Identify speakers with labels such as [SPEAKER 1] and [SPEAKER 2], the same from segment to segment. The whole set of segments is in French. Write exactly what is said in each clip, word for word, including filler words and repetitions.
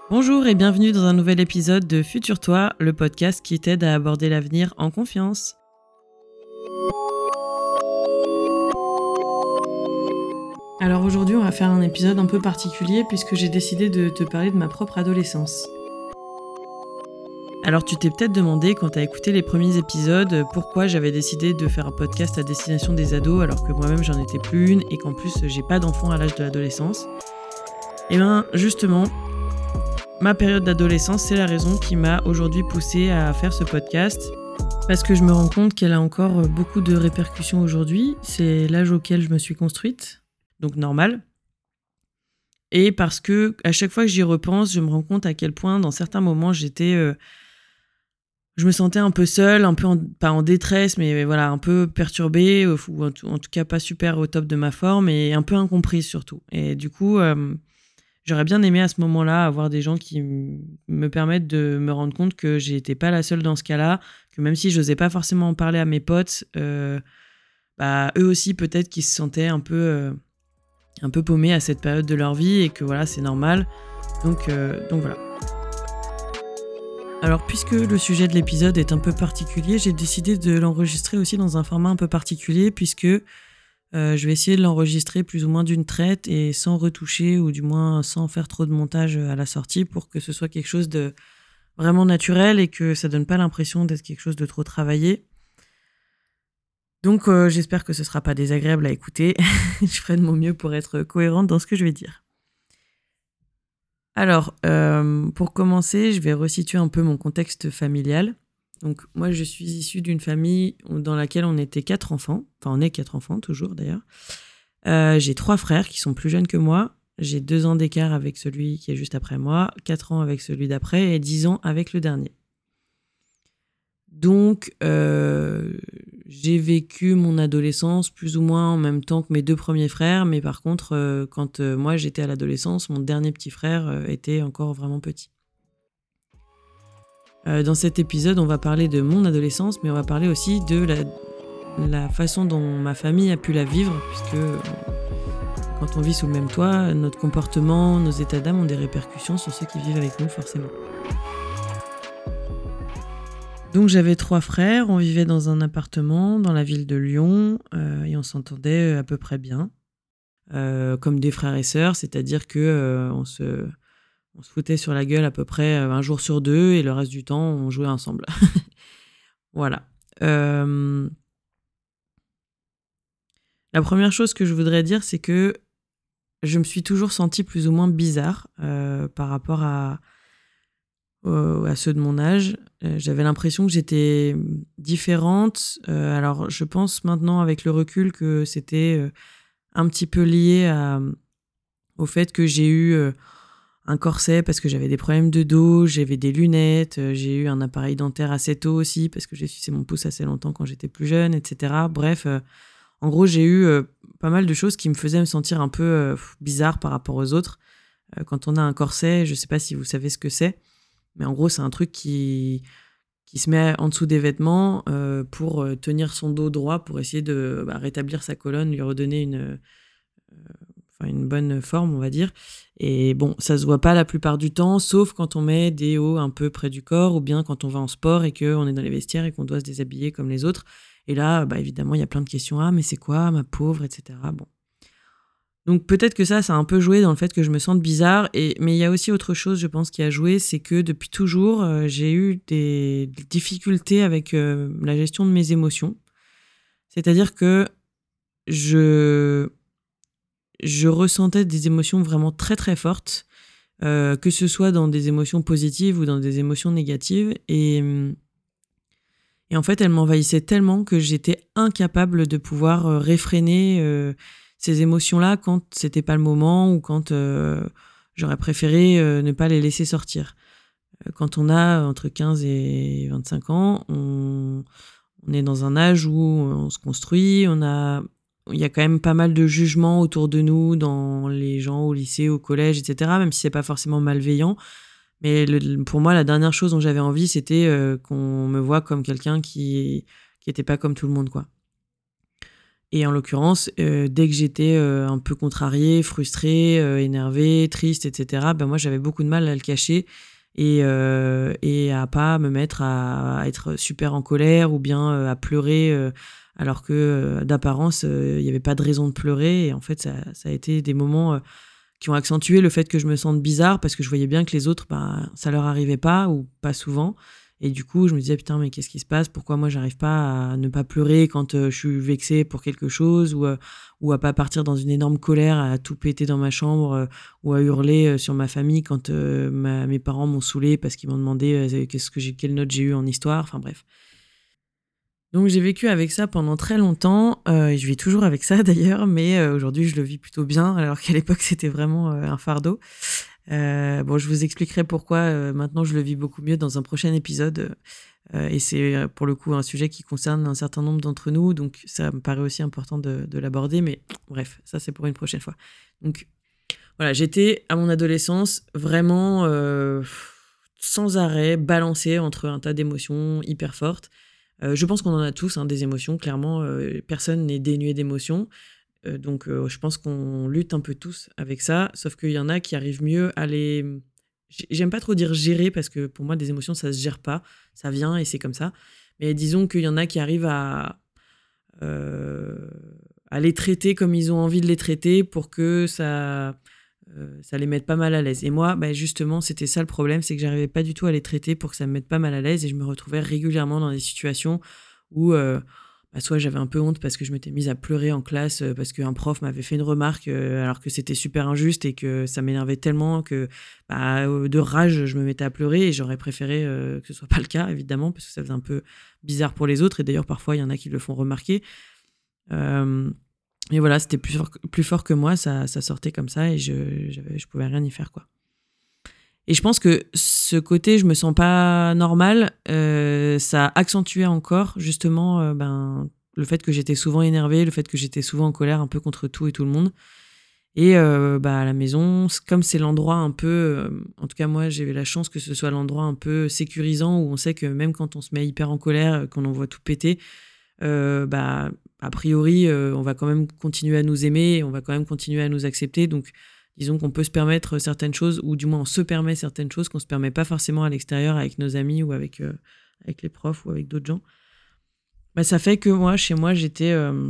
[SPEAKER 1] Bonjour et bienvenue dans un nouvel épisode de Futur Toi, le podcast qui t'aide à aborder l'avenir en confiance. Alors aujourd'hui, on va faire un épisode un peu particulier puisque j'ai décidé de te parler de ma propre adolescence. Alors tu t'es peut-être demandé quand t'as écouté les premiers épisodes pourquoi j'avais décidé de faire un podcast à destination des ados alors que moi-même j'en étais plus une et qu'en plus j'ai pas d'enfant à l'âge de l'adolescence. Et bien justement, ma période d'adolescence, c'est la raison qui m'a aujourd'hui poussée à faire ce podcast. Parce que je me rends compte qu'elle a encore beaucoup de répercussions aujourd'hui. C'est l'âge auquel je me suis construite, donc normal. Et parce que à chaque fois que j'y repense, je me rends compte à quel point, dans certains moments, j'étais, euh, je me sentais un peu seule, un peu en, pas en détresse, mais voilà, un peu perturbée, ou en tout, en tout cas pas super au top de ma forme, et un peu incomprise surtout. Et du coup, euh, j'aurais bien aimé à ce moment-là avoir des gens qui m- me permettent de me rendre compte que j'étais pas la seule dans ce cas-là, que même si je n'osais pas forcément en parler à mes potes, euh, bah, eux aussi peut-être qu'ils se sentaient un peu, euh, un peu paumés à cette période de leur vie et que voilà, c'est normal. Donc, euh, donc voilà. Alors puisque le sujet de l'épisode est un peu particulier, j'ai décidé de l'enregistrer aussi dans un format un peu particulier puisque Euh, je vais essayer de l'enregistrer plus ou moins d'une traite et sans retoucher ou du moins sans faire trop de montage à la sortie pour que ce soit quelque chose de vraiment naturel et que ça donne pas l'impression d'être quelque chose de trop travaillé. Donc euh, j'espère que ce sera pas désagréable à écouter. Je ferai de mon mieux pour être cohérente dans ce que je vais dire. Alors, euh, pour commencer, je vais resituer un peu mon contexte familial. Donc moi, je suis issue d'une famille dans laquelle on était quatre enfants. Enfin, on est quatre enfants toujours d'ailleurs. Euh, j'ai trois frères qui sont plus jeunes que moi. J'ai deux ans d'écart avec celui qui est juste après moi, quatre ans avec celui d'après et dix ans avec le dernier. Donc, euh, j'ai vécu mon adolescence plus ou moins en même temps que mes deux premiers frères, mais par contre, euh, quand euh, moi j'étais à l'adolescence, mon dernier petit frère euh, était encore vraiment petit. Euh, dans cet épisode, on va parler de mon adolescence, mais on va parler aussi de la, la façon dont ma famille a pu la vivre, puisque quand on vit sous le même toit, notre comportement, nos états d'âme ont des répercussions sur ceux qui vivent avec nous, forcément. Donc j'avais trois frères, on vivait dans un appartement dans la ville de Lyon euh, et on s'entendait à peu près bien, euh, comme des frères et sœurs, c'est-à-dire que euh, on se, on se foutait sur la gueule à peu près un jour sur deux et le reste du temps on jouait ensemble. Voilà. Euh, la première chose que je voudrais dire, c'est que je me suis toujours sentie plus ou moins bizarre euh, par rapport à, euh, à ceux de mon âge. Euh, j'avais l'impression que j'étais différente. Euh, alors, je pense maintenant avec le recul que c'était euh, un petit peu lié à, au fait que j'ai eu euh, un corset parce que j'avais des problèmes de dos, j'avais des lunettes, euh, j'ai eu un appareil dentaire assez tôt aussi parce que j'ai sucé mon pouce assez longtemps quand j'étais plus jeune, et cetera. Bref, euh, en gros, j'ai eu euh, pas mal de choses qui me faisaient me sentir un peu euh, bizarre par rapport aux autres. Euh, quand on a un corset, je sais pas si vous savez ce que c'est, mais en gros, c'est un truc qui, qui se met en dessous des vêtements euh, pour euh, tenir son dos droit, pour essayer de bah, rétablir sa colonne, lui redonner une, euh, enfin, une bonne forme, on va dire. Et bon, ça se voit pas la plupart du temps, sauf quand on met des hauts un peu près du corps, ou bien quand on va en sport et qu'on est dans les vestiaires et qu'on doit se déshabiller comme les autres. Et là, bah, évidemment, il y a plein de questions. Ah, mais c'est quoi, ma pauvre, et cetera. Bon. Donc peut-être que ça, ça a un peu joué dans le fait que je me sente bizarre. Et, mais il y a aussi autre chose, je pense, qui a joué, c'est que depuis toujours, euh, j'ai eu des difficultés avec euh, la gestion de mes émotions. C'est-à-dire que je, je ressentais des émotions vraiment très très fortes, euh, que ce soit dans des émotions positives ou dans des émotions négatives. Et, et en fait, elles m'envahissaient tellement que j'étais incapable de pouvoir euh, réfréner euh, ces émotions-là quand c'était pas le moment ou quand euh, j'aurais préféré euh, ne pas les laisser sortir. Euh, Quand on a entre quinze et vingt-cinq ans, on, on est dans un âge où on se construit, on a, il y a quand même pas mal de jugements autour de nous, dans les gens au lycée, au collège, et cetera, même si c'est pas forcément malveillant. Mais le, pour moi, la dernière chose dont j'avais envie, c'était euh, qu'on me voit comme quelqu'un qui qui était pas comme tout le monde, quoi. Et en l'occurrence, euh, dès que j'étais euh, un peu contrariée, frustrée, euh, énervée, triste, et cetera, ben moi, j'avais beaucoup de mal à le cacher et, euh, et à pas me mettre à, à être super en colère ou bien euh, à pleurer euh, alors que euh, d'apparence, euh, il n'y avait pas de raison de pleurer. Et en fait, ça, ça a été des moments euh, qui ont accentué le fait que je me sente bizarre parce que je voyais bien que les autres, bah, ça leur arrivait pas ou pas souvent. Et du coup, je me disais, putain, mais qu'est-ce qui se passe? Pourquoi moi, j'arrive pas à ne pas pleurer quand euh, je suis vexée pour quelque chose ou, euh, ou à pas partir dans une énorme colère, à tout péter dans ma chambre euh, ou à hurler euh, sur ma famille quand euh, ma- mes parents m'ont saoulée parce qu'ils m'ont demandé euh, qu'est-ce que j'ai, quelle note j'ai eu en histoire. Enfin bref. Donc j'ai vécu avec ça pendant très longtemps, euh, et je vis toujours avec ça d'ailleurs, mais euh, aujourd'hui je le vis plutôt bien, alors qu'à l'époque c'était vraiment euh, un fardeau. Euh, bon, je vous expliquerai pourquoi euh, maintenant je le vis beaucoup mieux dans un prochain épisode, euh, et c'est euh, pour le coup un sujet qui concerne un certain nombre d'entre nous, donc ça me paraît aussi important de, de l'aborder, mais bref, ça c'est pour une prochaine fois. Donc voilà, j'étais à mon adolescence vraiment euh, sans arrêt balancée entre un tas d'émotions hyper fortes. Euh, je pense qu'on en a tous hein, des émotions, clairement, euh, personne n'est dénué d'émotions. Euh, donc euh, je pense qu'on lutte un peu tous avec ça, sauf qu'il y en a qui arrivent mieux à les... J'ai- J'aime pas trop dire gérer, parce que pour moi, des émotions, ça se gère pas, ça vient et c'est comme ça. Mais disons qu'il y en a qui arrivent à, euh, à les traiter comme ils ont envie de les traiter pour que ça, euh, ça les mette pas mal à l'aise. Et moi, bah, justement, c'était ça le problème, c'est que j'arrivais pas du tout à les traiter pour que ça me mette pas mal à l'aise, et je me retrouvais régulièrement dans des situations où euh, bah, soit j'avais un peu honte parce que je m'étais mise à pleurer en classe euh, parce qu'un prof m'avait fait une remarque euh, alors que c'était super injuste et que ça m'énervait tellement que bah, euh, de rage, je me mettais à pleurer, et j'aurais préféré euh, que ce soit pas le cas, évidemment, parce que ça faisait un peu bizarre pour les autres. Et d'ailleurs, parfois, il y en a qui le font remarquer. Euh, et voilà, c'était plus fort, plus fort que moi, ça, ça sortait comme ça, et je, j'avais, je pouvais rien y faire, quoi. Et je pense que ce côté, je me sens pas normale, euh, ça accentuait encore justement euh, ben, le fait que j'étais souvent énervée, le fait que j'étais souvent en colère un peu contre tout et tout le monde. Et euh, bah, à la maison, c- comme c'est l'endroit un peu, euh, en tout cas moi j'ai eu la chance que ce soit l'endroit un peu sécurisant où on sait que même quand on se met hyper en colère, euh, qu'on en voit tout péter, euh, bah, a priori, euh, on va quand même continuer à nous aimer, on va quand même continuer à nous accepter. Donc, disons qu'on peut se permettre certaines choses, ou du moins on se permet certaines choses qu'on se permet pas forcément à l'extérieur avec nos amis ou avec, euh, avec les profs ou avec d'autres gens. Bah, ça fait que moi, chez moi, j'étais, euh,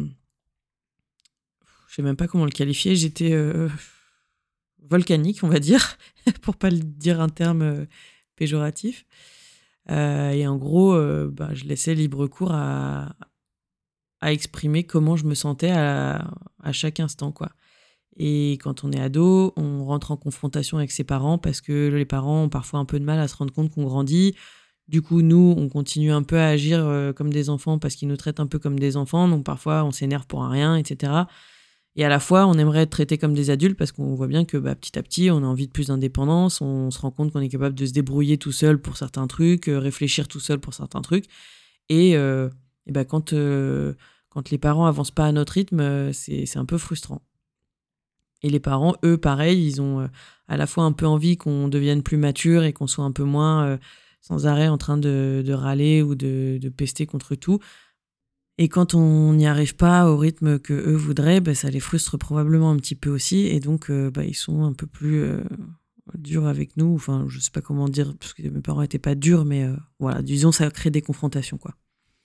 [SPEAKER 1] je sais même pas comment le qualifier, j'étais euh, volcanique, on va dire, pour pas le dire un terme euh, péjoratif. Euh, et en gros, euh, bah, je laissais libre cours à, à exprimer comment je me sentais à, à chaque instant, quoi. Et quand on est ado, on rentre en confrontation avec ses parents parce que les parents ont parfois un peu de mal à se rendre compte qu'on grandit. Du coup, nous, on continue un peu à agir euh, comme des enfants parce qu'ils nous traitent un peu comme des enfants. Donc parfois, on s'énerve pour un rien, et cetera. Et à la fois, on aimerait être traités comme des adultes parce qu'on voit bien que bah, petit à petit, on a envie de plus d'indépendance. On se rend compte qu'on est capable de se débrouiller tout seul pour certains trucs, euh, réfléchir tout seul pour certains trucs. Et, euh, et bah, quand, euh, quand les parents avancent pas à notre rythme, euh, c'est, c'est un peu frustrant. Et les parents, eux, pareil, ils ont euh, à la fois un peu envie qu'on devienne plus mature et qu'on soit un peu moins euh, sans arrêt en train de, de râler ou de, de pester contre tout. Et quand on n'y arrive pas au rythme que eux voudraient, bah, ça les frustre probablement un petit peu aussi. Et donc, euh, bah, ils sont un peu plus euh, durs avec nous. Enfin, je sais pas comment dire, parce que mes parents étaient pas durs, mais euh, voilà, disons, ça crée des confrontations, quoi.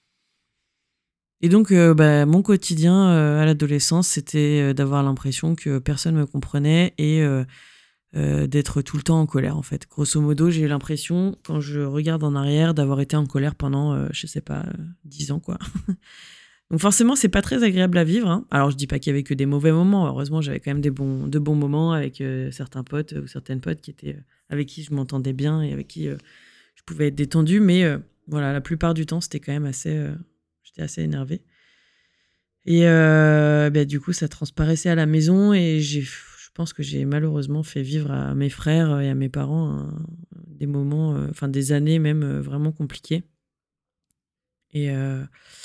[SPEAKER 1] Et donc, euh, bah, mon quotidien euh, à l'adolescence, c'était euh, d'avoir l'impression que personne me comprenait et euh, euh, d'être tout le temps en colère, en fait. Grosso modo, j'ai eu l'impression, quand je regarde en arrière, d'avoir été en colère pendant, euh, je sais pas, euh, dix ans, quoi. Donc forcément, c'est pas très agréable à vivre, hein. Alors, je dis pas qu'il y avait que des mauvais moments. Heureusement, j'avais quand même des bons, de bons moments avec euh, certains potes euh, ou certaines potes qui étaient, euh, avec qui je m'entendais bien et avec qui euh, je pouvais être détendue. Mais euh, voilà, la plupart du temps, c'était quand même assez... euh, j'étais assez énervée. Et euh, bah, du coup, ça transparaissait à la maison, et j'ai, je pense que j'ai malheureusement fait vivre à mes frères et à mes parents un- des moments, euh, enfin des années même euh, vraiment compliquées. Et, euh,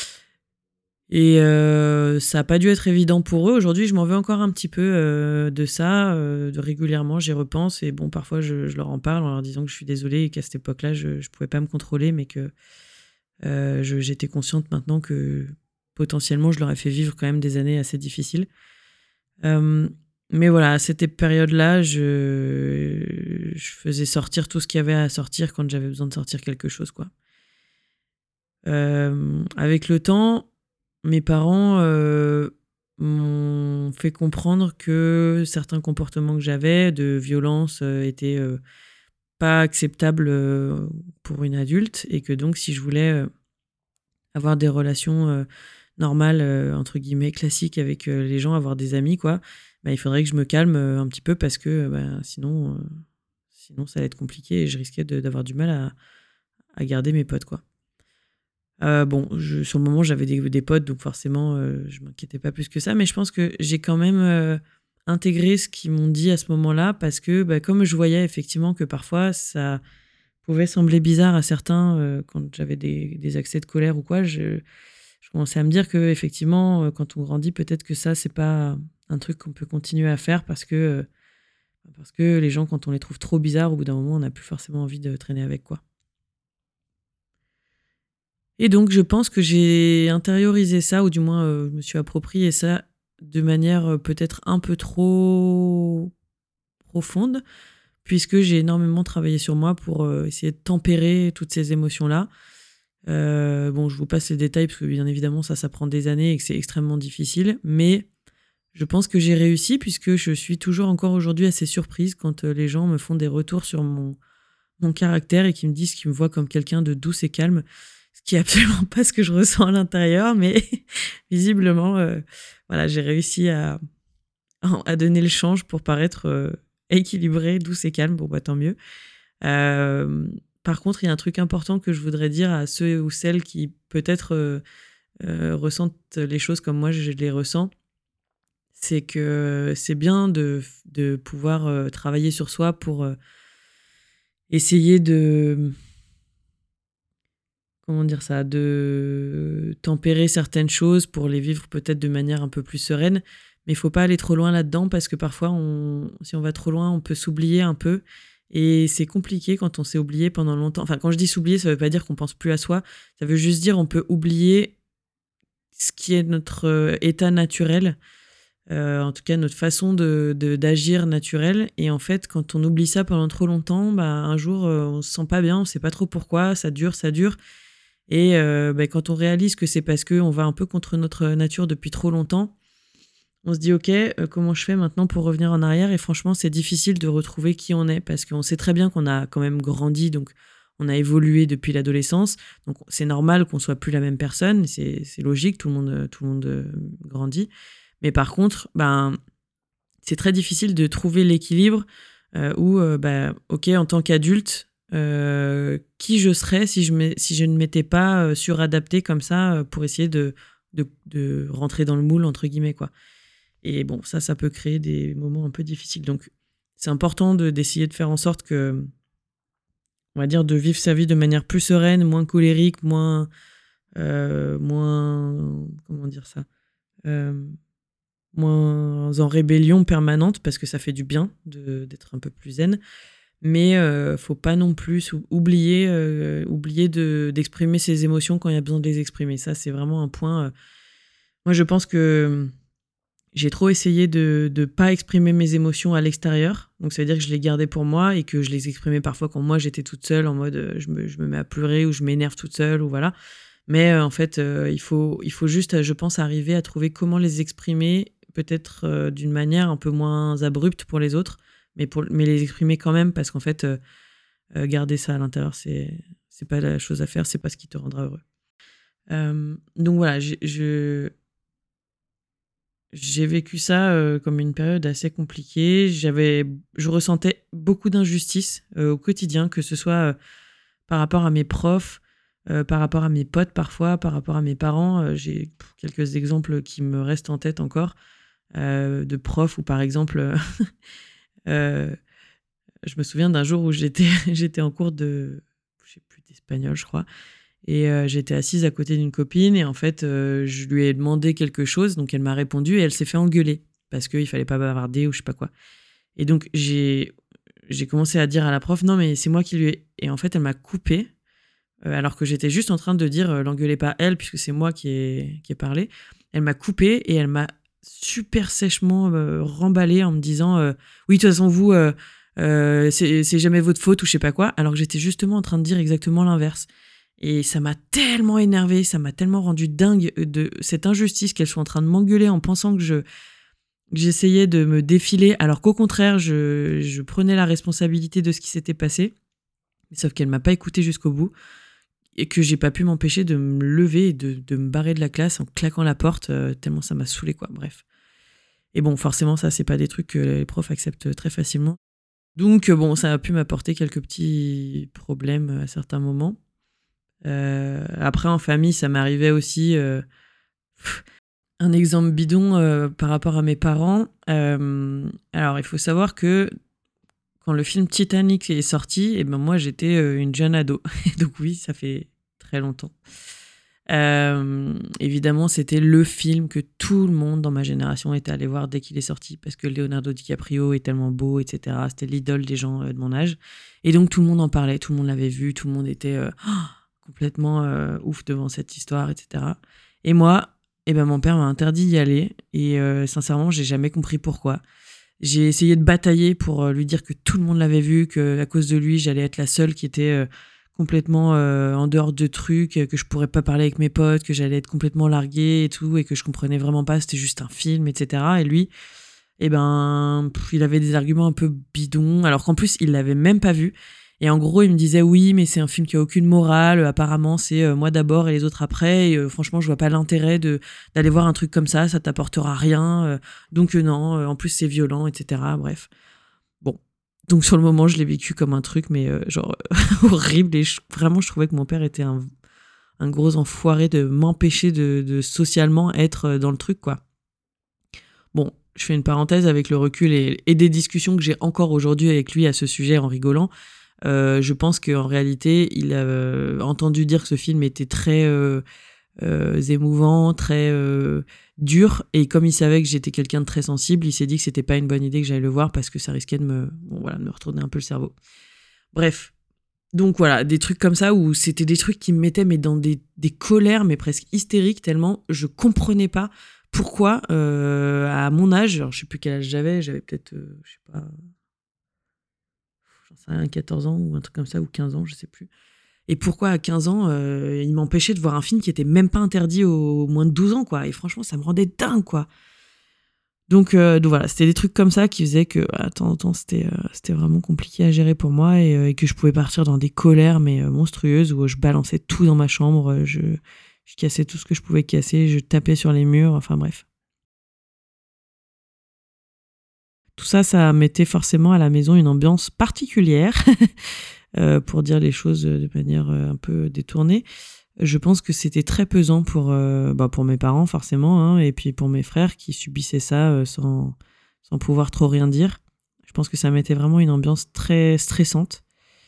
[SPEAKER 1] et euh, ça n'a pas dû être évident pour eux. Aujourd'hui, je m'en veux encore un petit peu euh, de ça. Euh, de régulièrement, j'y repense. Et bon, parfois, je, je leur en parle en leur disant que je suis désolée et qu'à cette époque-là, je ne pouvais pas me contrôler, mais que euh, je- j'étais consciente maintenant que potentiellement, je leur ai fait vivre quand même des années assez difficiles. Euh, mais voilà, à cette période-là, je, je faisais sortir tout ce qu'il y avait à sortir quand j'avais besoin de sortir quelque chose, quoi. Euh, avec le temps, mes parents euh, m'ont fait comprendre que certains comportements que j'avais de violence euh, étaient euh, pas acceptables euh, pour une adulte et que donc si je voulais euh, avoir des relations euh, normales, euh, entre guillemets, classiques avec euh, les gens, avoir des amis, quoi, bah, il faudrait que je me calme euh, un petit peu parce que euh, bah, sinon, euh, sinon ça allait être compliqué et je risquais de- d'avoir du mal à, à garder mes potes, quoi. Euh, bon, je- sur le moment, j'avais des, des potes, donc forcément, euh, je m'inquiétais pas plus que ça. Mais je pense que j'ai quand même euh, intégré ce qu'ils m'ont dit à ce moment-là, parce que bah, comme je voyais effectivement que parfois ça pouvait sembler bizarre à certains euh, quand j'avais des, des accès de colère ou quoi, je, je commençais à me dire que effectivement, euh, quand on grandit, peut-être que ça, c'est pas un truc qu'on peut continuer à faire parce que, euh, parce que les gens, quand on les trouve trop bizarres, au bout d'un moment, on n'a plus forcément envie de traîner avec, quoi. Et donc, je pense que j'ai intériorisé ça, ou du moins, euh, je me suis approprié ça de manière euh, peut-être un peu trop profonde, puisque j'ai énormément travaillé sur moi pour euh, essayer de tempérer toutes ces émotions-là. Euh, bon, je vous passe les détails, parce que bien évidemment, ça, ça prend des années et que c'est extrêmement difficile, mais je pense que j'ai réussi, puisque je suis toujours encore aujourd'hui assez surprise quand euh, les gens me font des retours sur mon, mon caractère et qui me disent qu'ils me voient comme quelqu'un de douce et calme, ce qui est absolument pas ce que je ressens à l'intérieur, mais visiblement, euh, voilà, j'ai réussi à, à donner le change pour paraître euh, équilibrée, douce et calme. Bon, bah tant mieux. Euh, par contre, il y a un truc important que je voudrais dire à ceux ou celles qui peut-être euh, euh, ressentent les choses comme moi je les ressens. C'est que c'est bien de, de pouvoir euh, travailler sur soi pour euh, essayer de, comment dire ça, de tempérer certaines choses pour les vivre peut-être de manière un peu plus sereine. Mais il faut pas aller trop loin là-dedans parce que parfois, on, si on va trop loin, on peut s'oublier un peu. Et c'est compliqué quand on s'est oublié pendant longtemps. Enfin, quand je dis s'oublier, ça veut pas dire qu'on pense plus à soi. Ça veut juste dire on peut oublier ce qui est notre euh, état naturel, euh, en tout cas notre façon de, de- d'agir naturelle. Et en fait, quand on oublie ça pendant trop longtemps, bah, un jour, euh, on se sent pas bien, on sait pas trop pourquoi, ça dure, ça dure. Et euh, bah, quand on réalise que c'est parce qu'on va un peu contre notre nature depuis trop longtemps, on se dit ok, euh, comment je fais maintenant pour revenir en arrière? Et franchement, c'est difficile de retrouver qui on est parce qu'on sait très bien qu'on a quand même grandi, donc on a évolué depuis l'adolescence. Donc c'est normal qu'on soit plus la même personne, c'est, c'est logique, tout le monde, euh, tout le monde euh, grandit. Mais par contre, ben, c'est très difficile de trouver l'équilibre euh, où, euh, bah, ok, en tant qu'adulte, euh, qui je serais si je, m'ai- si je ne m'étais pas euh, suradaptée comme ça euh, pour essayer de, de, de rentrer dans le moule, entre guillemets, quoi. Et bon, ça, ça peut créer des moments un peu difficiles. Donc, c'est important de, d'essayer de faire en sorte que, on va dire, de vivre sa vie de manière plus sereine, moins colérique, moins, euh, moins, comment dire ça, euh, moins en rébellion permanente parce que ça fait du bien de, d'être un peu plus zen. Mais euh, faut pas non plus ou- oublier, euh, oublier de, d'exprimer ses émotions quand il y a besoin de les exprimer. Ça, c'est vraiment un point. euh, Moi, je pense que j'ai trop essayé de ne pas exprimer mes émotions à l'extérieur. Donc, ça veut dire que je les gardais pour moi et que je les exprimais parfois quand moi j'étais toute seule en mode euh, je me, je me mets à pleurer ou je m'énerve toute seule ou voilà. Mais euh, en fait, euh, il faut, il faut juste, euh, je pense, arriver à trouver comment les exprimer, peut-être euh, d'une manière un peu moins abrupte pour les autres, mais, pour, mais les exprimer quand même, parce qu'en fait, euh, euh, garder ça à l'intérieur, c'est, c'est pas la chose à faire, c'est pas ce qui te rendra heureux. Euh, donc voilà, j'ai, je, j'ai vécu ça euh, comme une période assez compliquée. J'avais, je ressentais beaucoup d'injustice euh, au quotidien, que ce soit euh, par rapport à mes profs, euh, par rapport à mes potes parfois, par rapport à mes parents. Euh, j'ai pff, quelques exemples qui me restent en tête encore, euh, de profs où par exemple, euh, euh, je me souviens d'un jour où j'étais, j'étais en cours de, je sais plus, d'espagnol, je crois, et euh, j'étais assise à côté d'une copine et en fait, euh, je lui ai demandé quelque chose, donc elle m'a répondu et elle s'est fait engueuler parce qu'il fallait pas bavarder ou je sais pas quoi. Et donc j'ai, j'ai commencé à dire à la prof, non mais c'est moi qui lui ai... Et en fait, elle m'a coupé. euh, alors que j'étais juste en train de dire euh, l'engueulez pas elle, puisque c'est moi qui ai, qui ai parlé. Elle m'a coupé et elle m'a super sèchement euh, remballé en me disant euh, oui, de toute façon, vous, euh, euh, c'est, c'est jamais votre faute ou je sais pas quoi, alors que j'étais justement en train de dire exactement l'inverse. Et ça m'a tellement énervée, ça m'a tellement rendu dingue de cette injustice qu'elle soit en train de m'engueuler en pensant que je que j'essayais de me défiler, alors qu'au contraire, je, je prenais la responsabilité de ce qui s'était passé. Sauf qu'elle m'a pas écouté jusqu'au bout et que j'ai pas pu m'empêcher de me lever et de, de me barrer de la classe en claquant la porte, euh, tellement ça m'a saoulé, quoi. Bref. Et bon, forcément, ça, c'est pas des trucs que les profs acceptent très facilement. Donc, bon, ça a pu m'apporter quelques petits problèmes à certains moments. Euh, après, en famille, ça m'arrivait aussi. Euh, un exemple bidon euh, par rapport à mes parents. Euh, alors, il faut savoir que quand le film Titanic est sorti, et ben moi, j'étais euh, une jeune ado. Donc, oui, ça fait très longtemps. Euh, évidemment, c'était le film que tout le monde dans ma génération était allé voir dès qu'il est sorti, parce que Leonardo DiCaprio est tellement beau, et cetera. C'était l'idole des gens euh, de mon âge. Et donc, tout le monde en parlait, tout le monde l'avait vu, tout le monde était euh, oh, complètement euh, ouf devant cette histoire, et cetera. Et moi, eh ben, mon père m'a interdit d'y aller, et euh, sincèrement, j'ai jamais compris pourquoi. J'ai essayé de batailler pour euh, lui dire que tout le monde l'avait vu, qu'à cause de lui, j'allais être la seule qui était euh, complètement euh, en dehors de trucs, que je pourrais pas parler avec mes potes, que j'allais être complètement larguée et tout, et que je comprenais vraiment pas, c'était juste un film, et cetera. Et lui, eh ben, pff, il avait des arguments un peu bidons, alors qu'en plus, il l'avait même pas vu. Et en gros, il me disait oui, mais c'est un film qui a aucune morale. Apparemment, c'est euh, moi d'abord et les autres après. Et euh, franchement, je vois pas l'intérêt de d'aller voir un truc comme ça. Ça t'apportera rien. Euh, donc euh, non. Euh, en plus, c'est violent, et cetera. Bref. Bon. Donc sur le moment, je l'ai vécu comme un truc, mais euh, genre horrible. Et je, vraiment, je trouvais que mon père était un un gros enfoiré de m'empêcher de, de socialement être dans le truc, quoi. Bon, je fais une parenthèse avec le recul et, et des discussions que j'ai encore aujourd'hui avec lui à ce sujet en rigolant. Euh, je pense qu'en réalité, il a euh, entendu dire que ce film était très euh, euh, émouvant, très euh, dur, et comme il savait que j'étais quelqu'un de très sensible, il s'est dit que c'était pas une bonne idée que j'aille le voir parce que ça risquait de me, bon, voilà, de me retourner un peu le cerveau. Bref, donc voilà, des trucs comme ça où c'était des trucs qui me mettaient mais dans des, des colères mais presque hystériques tellement je comprenais pas pourquoi euh, à mon âge, alors je sais plus quel âge j'avais, j'avais peut-être, euh, je sais pas, j'en sais rien, quatorze ans ou un truc comme ça, ou quinze ans, je sais plus. Et pourquoi à quinze ans, euh, il m'empêchait de voir un film qui était même pas interdit aux moins de douze ans, quoi. Et franchement, ça me rendait dingue, quoi. Donc, euh, donc voilà, c'était des trucs comme ça qui faisaient que, à temps en temps, c'était, euh, c'était vraiment compliqué à gérer pour moi et, euh, et que je pouvais partir dans des colères, mais euh, monstrueuses, où je balançais tout dans ma chambre, je, je cassais tout ce que je pouvais casser, je tapais sur les murs, enfin bref. Tout ça, ça mettait forcément à la maison une ambiance particulière, euh, pour dire les choses de manière euh, un peu détournée. Je pense que c'était très pesant pour, euh, bah pour mes parents, forcément, hein, et puis pour mes frères qui subissaient ça euh, sans, sans pouvoir trop rien dire. Je pense que ça mettait vraiment une ambiance très stressante.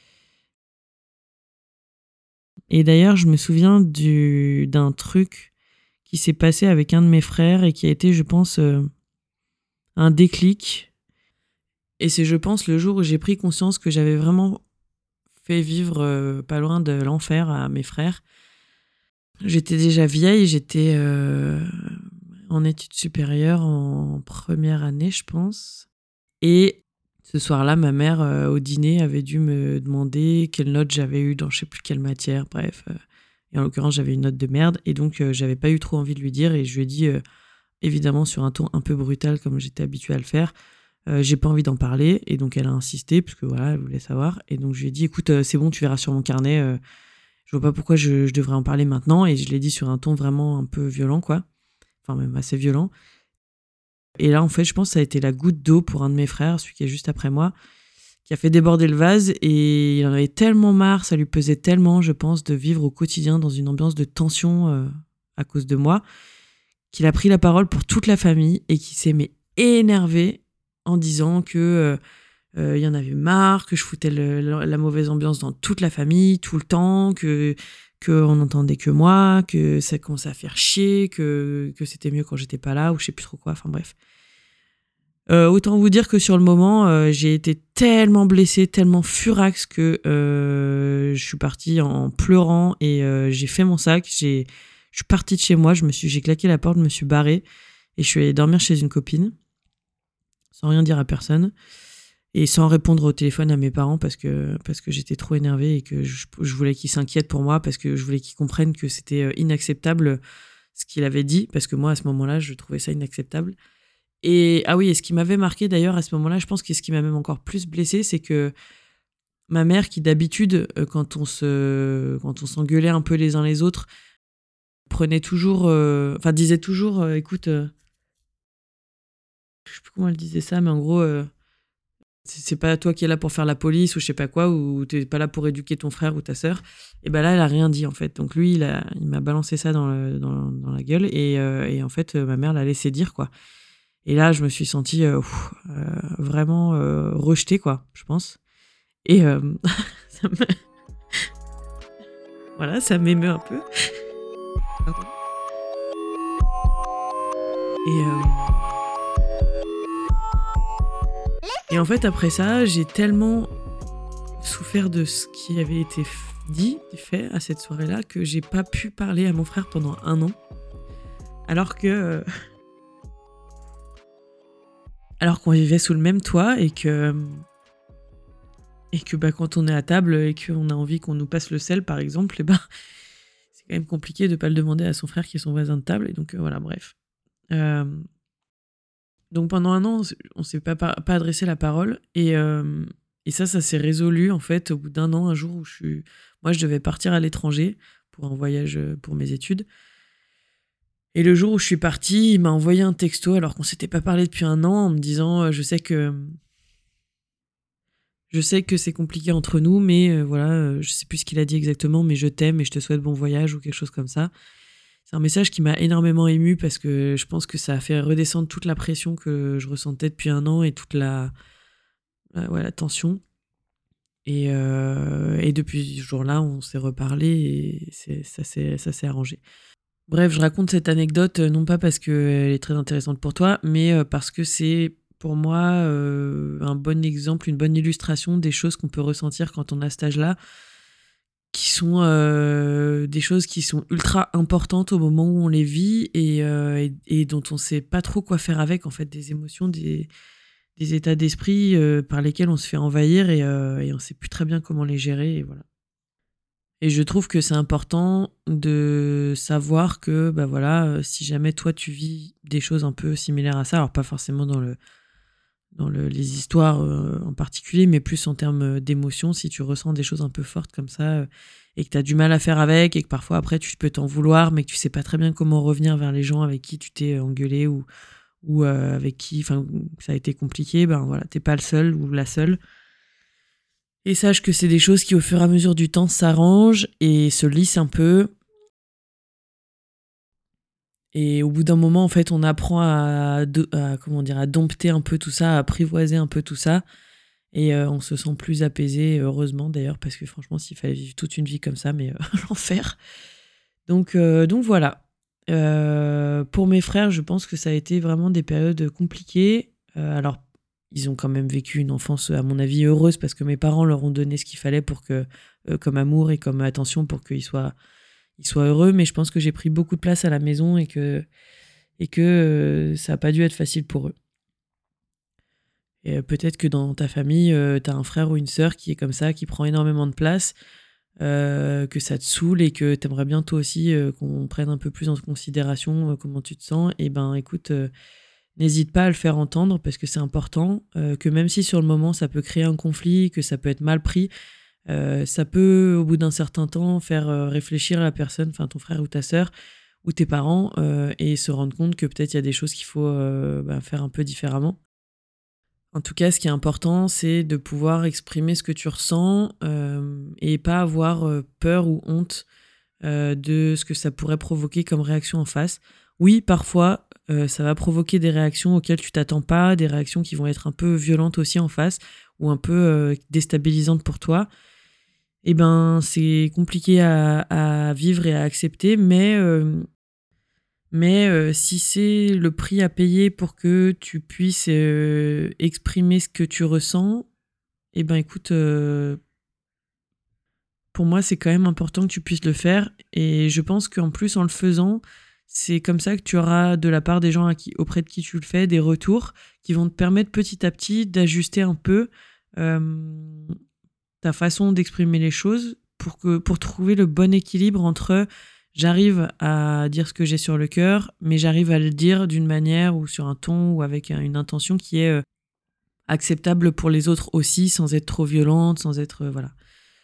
[SPEAKER 1] Et d'ailleurs, je me souviens du, d'un truc qui s'est passé avec un de mes frères et qui a été, je pense, euh, un déclic. Et c'est, je pense, le jour où j'ai pris conscience que j'avais vraiment fait vivre euh, pas loin de l'enfer à mes frères. J'étais déjà vieille, j'étais euh, en études supérieures en première année, je pense. Et ce soir-là, ma mère, euh, au dîner, avait dû me demander quelle note j'avais eu dans je sais plus quelle matière, bref. Euh, et en l'occurrence, j'avais une note de merde. Et donc, euh, j'avais pas eu trop envie de lui dire. Et je lui ai dit, euh, évidemment, sur un ton un peu brutal, comme j'étais habituée à le faire, euh, j'ai pas envie d'en parler. Et donc, elle a insisté, parce que voilà, elle voulait savoir. Et donc, je lui ai dit, écoute, euh, c'est bon, tu verras sur mon carnet. Euh, je vois pas pourquoi je, je devrais en parler maintenant. Et je l'ai dit sur un ton vraiment un peu violent, quoi. Enfin, même assez violent. Et là, en fait, je pense que ça a été la goutte d'eau pour un de mes frères, celui qui est juste après moi, qui a fait déborder le vase. Et il en avait tellement marre, ça lui pesait tellement, je pense, de vivre au quotidien dans une ambiance de tension euh, à cause de moi, qu'il a pris la parole pour toute la famille et qui s'est mais énervé en disant que euh, euh, il y en avait marre, que je foutais le, le, la mauvaise ambiance dans toute la famille, tout le temps, que qu'on n'entendait que moi, que ça commençait à faire chier, que, que c'était mieux quand j'étais pas là, ou je sais plus trop quoi, enfin bref. Heu, autant vous dire que sur le moment, heu, j'ai été tellement blessée, tellement furax que, heu, je suis partie en pleurant et heu, j'ai fait mon sac. J'ai je suis partie de chez moi, je me suis j'ai claqué la porte, je me suis barrée et je suis allée dormir chez une copine, sans rien dire à personne et sans répondre au téléphone à mes parents parce que parce que j'étais trop énervée et que je je voulais qu'ils s'inquiètent pour moi, parce que je voulais qu'ils comprennent que c'était, heu, inacceptable ce qu'il avait dit, parce que moi, à ce moment-là, je trouvais ça inacceptable. Et ah oui, et ce qui m'avait marqué d'ailleurs à ce moment-là, je pense que ce qui m'a même encore plus blessée, c'est que ma mère, qui d'habitude, heu, quand on se quand on s'engueulait un peu les uns les autres, prenait toujours, heu, enfin disait toujours, heu: «Écoute, heu» je sais plus comment elle disait ça, mais en gros, heu: «C'est c'est pas toi qui es là pour faire la police» ou je sais pas quoi, ou «Tu es pas là pour éduquer ton frère ou ta sœur». Et bah là, elle a rien dit en fait. Donc lui, il a il m'a balancé ça dans le dans dans la gueule et heu et en fait, heu, ma mère l'a laissé dire, quoi. Et là, je me suis sentie, heu, heu, vraiment, heu, rejetée, quoi, je pense. Et hem, ça me voilà, ça m'émeut un peu. Pardon. Et hem et en fait, après ça, j'ai tellement souffert de ce qui avait été f dit, fait à cette soirée-là, que j'ai pas pu parler à mon frère pendant un an. Alors que, heu, alors qu'on vivait sous le même toit et que, hem et que, bah, quand on est à table et qu'on a envie qu'on nous passe le sel, par exemple, et ben, c'est quand même compliqué de pas le demander à son frère qui est son voisin de table. Et donc, heu, voilà, bref. Hem, donc pendant un an, on s'est on s'est pas pas pas adressé la parole et hem et ça, ça s'est résolu, en fait, au bout d'un an, un jour où je suis moi, je devais partir à l'étranger pour un voyage, heu, pour mes études. Et le jour où je suis partie, il m'a envoyé un texto alors qu'on s'était pas parlé depuis un an en me disant, heu: «Je sais que, je sais que c'est compliqué entre nous, mais heu, voilà, heu», je sais plus ce qu'il a dit exactement, mais «Je t'aime et je te souhaite bon voyage» ou quelque chose comme ça. C'est un message qui m'a énormément émue parce que je pense que ça a fait redescendre toute la pression que je ressentais depuis un an et toute la la ouais, la tension. Et heu et depuis ce jour-là, on s'est reparlé et c'est ça s'est ça s'est arrangé. Bref, je raconte cette anecdote, heu, non pas parce qu'elle est très intéressante pour toi, mais heu, parce que c'est pour moi, heu, un bon exemple, une bonne illustration des choses qu'on peut ressentir quand on a cet âge-là, qui sont, heu, des choses qui sont ultra importantes au moment où on les vit et heu et et dont on sait pas trop quoi faire avec, en fait, des émotions, des des états d'esprit, heu, par lesquels on se fait envahir et heu et on sait plus très bien comment les gérer et voilà. Et je trouve que c'est important de savoir que, bah, voilà, heu, si jamais toi tu vis des choses un peu similaires à ça, alors pas forcément dans le dans le les histoires, heu, en particulier, mais plus en termes, d'émotions, si tu ressens des choses un peu fortes comme ça, heu, et que tu as du mal à faire avec et que parfois après tu peux t'en vouloir, mais que tu sais pas très bien comment revenir vers les gens avec qui tu t'es engueulé ou ou, heu, avec qui enfin, ça a été compliqué, ben, voilà, tu pas le seul ou la seule. Et sache que c'est des choses qui, au fur et à mesure du temps, s'arrangent et se lissent un peu. Et au bout d'un moment, en fait, on apprend à do à comment dire? À dompter un peu tout ça, à apprivoiser un peu tout ça et heu, on se sent plus apaisé, heureusement d'ailleurs, parce que franchement, s'il fallait vivre toute une vie comme ça, mais heu, l'enfer. Donc heu, donc voilà. Heu, pour mes frères, je pense que ça a été vraiment des périodes compliquées. Heu, alors, ils ont quand même vécu une enfance, à mon avis, heureuse parce que mes parents leur ont donné ce qu'il fallait pour que, heu, comme amour et comme attention pour qu'ils soient ils soient heureux. Mais je pense que j'ai pris beaucoup de place à la maison et que et que, heu, ça a pas dû être facile pour eux. Et heu, peut-être que dans ta famille, heu, tu as un frère ou une sœur qui est comme ça, qui prend énormément de place, heu, que ça te saoule et que tu aimerais bien toi aussi, heu, qu'on prenne un peu plus en considération, heu, comment tu te sens. Et ben, écoute, heu, n'hésite pas à le faire entendre parce que c'est important, heu, que même si sur le moment ça peut créer un conflit, que ça peut être mal pris, heu, ça peut au bout d'un certain temps faire, heu, réfléchir la personne, enfin ton frère ou ta sœur ou tes parents, heu et se rendre compte que peut-être il y a des choses qu'il faut, heu, bah, faire un peu différemment. En tout cas, ce qui est important, c'est de pouvoir exprimer ce que tu ressens, hem et pas avoir, heu, peur ou honte, heu, de ce que ça pourrait provoquer comme réaction en face. Oui, parfois, heu, ça va provoquer des réactions auxquelles tu t'attends pas, des réactions qui vont être un peu violentes aussi en face ou un peu, heu, déstabilisantes pour toi. Et ben, c'est compliqué à à vivre et à accepter, mais hem Mais euh, si c'est le prix à payer pour que tu puisses euh, exprimer ce que tu ressens, eh ben écoute, euh, pour moi, c'est quand même important que tu puisses le faire. Et je pense qu'en plus, en le faisant, c'est comme ça que tu auras de la part des gens à qui, auprès de qui tu le fais des retours qui vont te permettre petit à petit d'ajuster un peu euh, ta façon d'exprimer les choses pour, que, pour trouver le bon équilibre entre j'arrive à dire ce que j'ai sur le cœur, mais j'arrive à le dire d'une manière ou sur un ton ou avec une intention qui est euh, acceptable pour les autres aussi, sans être trop violente, sans être... Euh, voilà.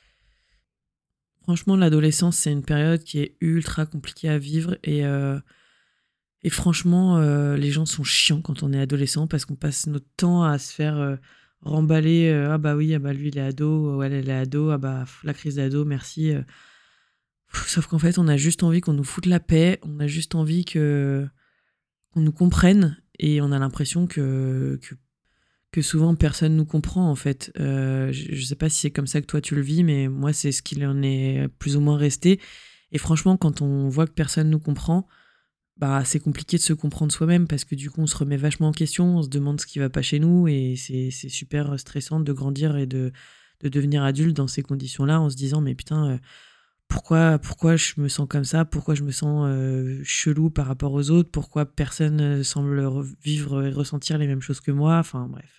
[SPEAKER 1] Franchement, l'adolescence, c'est une période qui est ultra compliquée à vivre et, euh, et franchement, euh, les gens sont chiants quand on est adolescent parce qu'on passe notre temps à se faire euh, remballer. Euh, ah bah oui, ah bah lui il est ado, ou elle elle est ado, ah bah pff, la crise d'ado, merci. euh. Pff, Sauf qu'en fait, on a juste envie qu'on nous foute la paix, on a juste envie que qu'on nous comprenne et on a l'impression que, que que souvent personne nous comprend en fait. Euh, je, je sais pas si c'est comme ça que toi tu le vis, mais moi c'est ce qu'il en est plus ou moins resté. Et franchement, quand on voit que personne nous comprend, bah c'est compliqué de se comprendre soi-même parce que du coup on se remet vachement en question, on se demande ce qui va pas chez nous et c'est, c'est super stressant de grandir et de, de devenir adulte dans ces conditions-là en se disant mais putain euh, pourquoi, pourquoi je me sens comme ça, pourquoi je me sens euh, chelou par rapport aux autres, pourquoi personne euh, semble re- vivre et ressentir les mêmes choses que moi, enfin bref.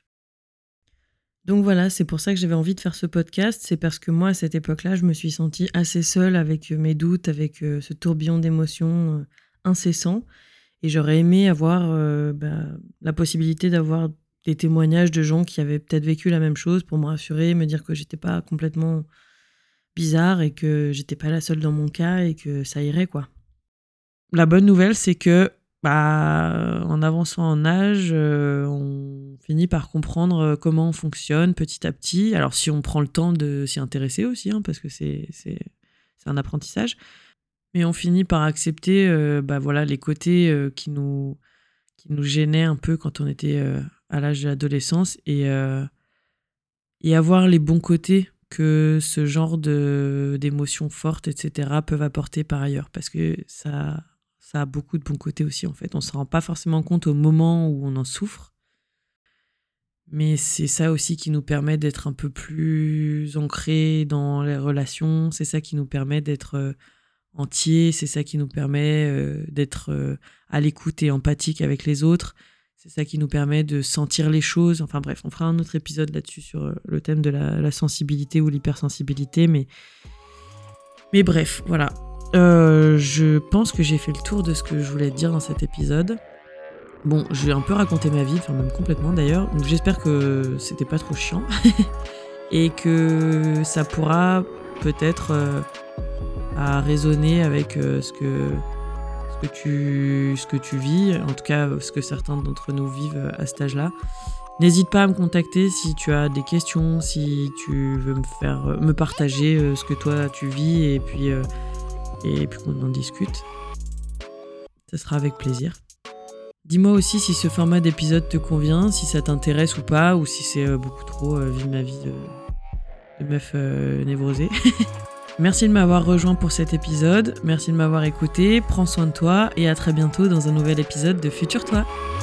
[SPEAKER 1] Donc voilà, c'est pour ça que j'avais envie de faire ce podcast. C'est parce que moi, à cette époque-là, je me suis sentie assez seule avec euh, mes doutes, avec euh, ce tourbillon d'émotions euh, incessant. Et j'aurais aimé avoir euh, bah, la possibilité d'avoir des témoignages de gens qui avaient peut-être vécu la même chose pour me rassurer, me dire que j'étais pas complètement bizarre et que j'étais pas la seule dans mon cas et que ça irait, quoi. La bonne nouvelle, c'est que bah, en avançant en âge, euh, on finit par comprendre euh, comment on fonctionne petit à petit. Alors si on prend le temps de s'y intéresser aussi, hein, parce que c'est, c'est, c'est un apprentissage, mais on finit par accepter euh, bah, voilà, les côtés euh, qui, nous, qui nous gênaient un peu quand on était euh, à l'âge de l'adolescence et, euh, et avoir les bons côtés que ce genre de, d'émotions fortes, et cetera, peuvent apporter par ailleurs, parce que ça... Ça a beaucoup de bons côtés aussi, en fait. On ne s'en rend pas forcément compte au moment où on en souffre. Mais c'est ça aussi qui nous permet d'être un peu plus ancrés dans les relations. C'est ça qui nous permet d'être euh, entiers. C'est ça qui nous permet euh, d'être euh, à l'écoute et empathique avec les autres. C'est ça qui nous permet de sentir les choses. Enfin bref, on fera un autre épisode là-dessus sur euh, le thème de la, la sensibilité ou l'hypersensibilité. Mais, mais bref, voilà. Euh, je pense que j'ai fait le tour de ce que je voulais te dire dans cet épisode. Bon, j'ai un peu raconté ma vie, enfin même complètement d'ailleurs, donc j'espère que c'était pas trop chiant et que ça pourra peut-être euh, à résonner avec euh, ce que ce que tu ce que tu vis, en tout cas ce que certains d'entre nous vivent à cet âge-là. N'hésite pas à me contacter si tu as des questions, si tu veux me faire me partager euh, ce que toi tu vis et puis euh, et puis qu'on en discute. Ça sera avec plaisir. Dis-moi aussi si ce format d'épisode te convient, si ça t'intéresse ou pas, ou si c'est euh, beaucoup trop euh, vie ma vie de, de meuf euh, névrosée. Merci de m'avoir rejoint pour cet épisode, merci de m'avoir écouté, prends soin de toi et à très bientôt dans un nouvel épisode de Futur Toi.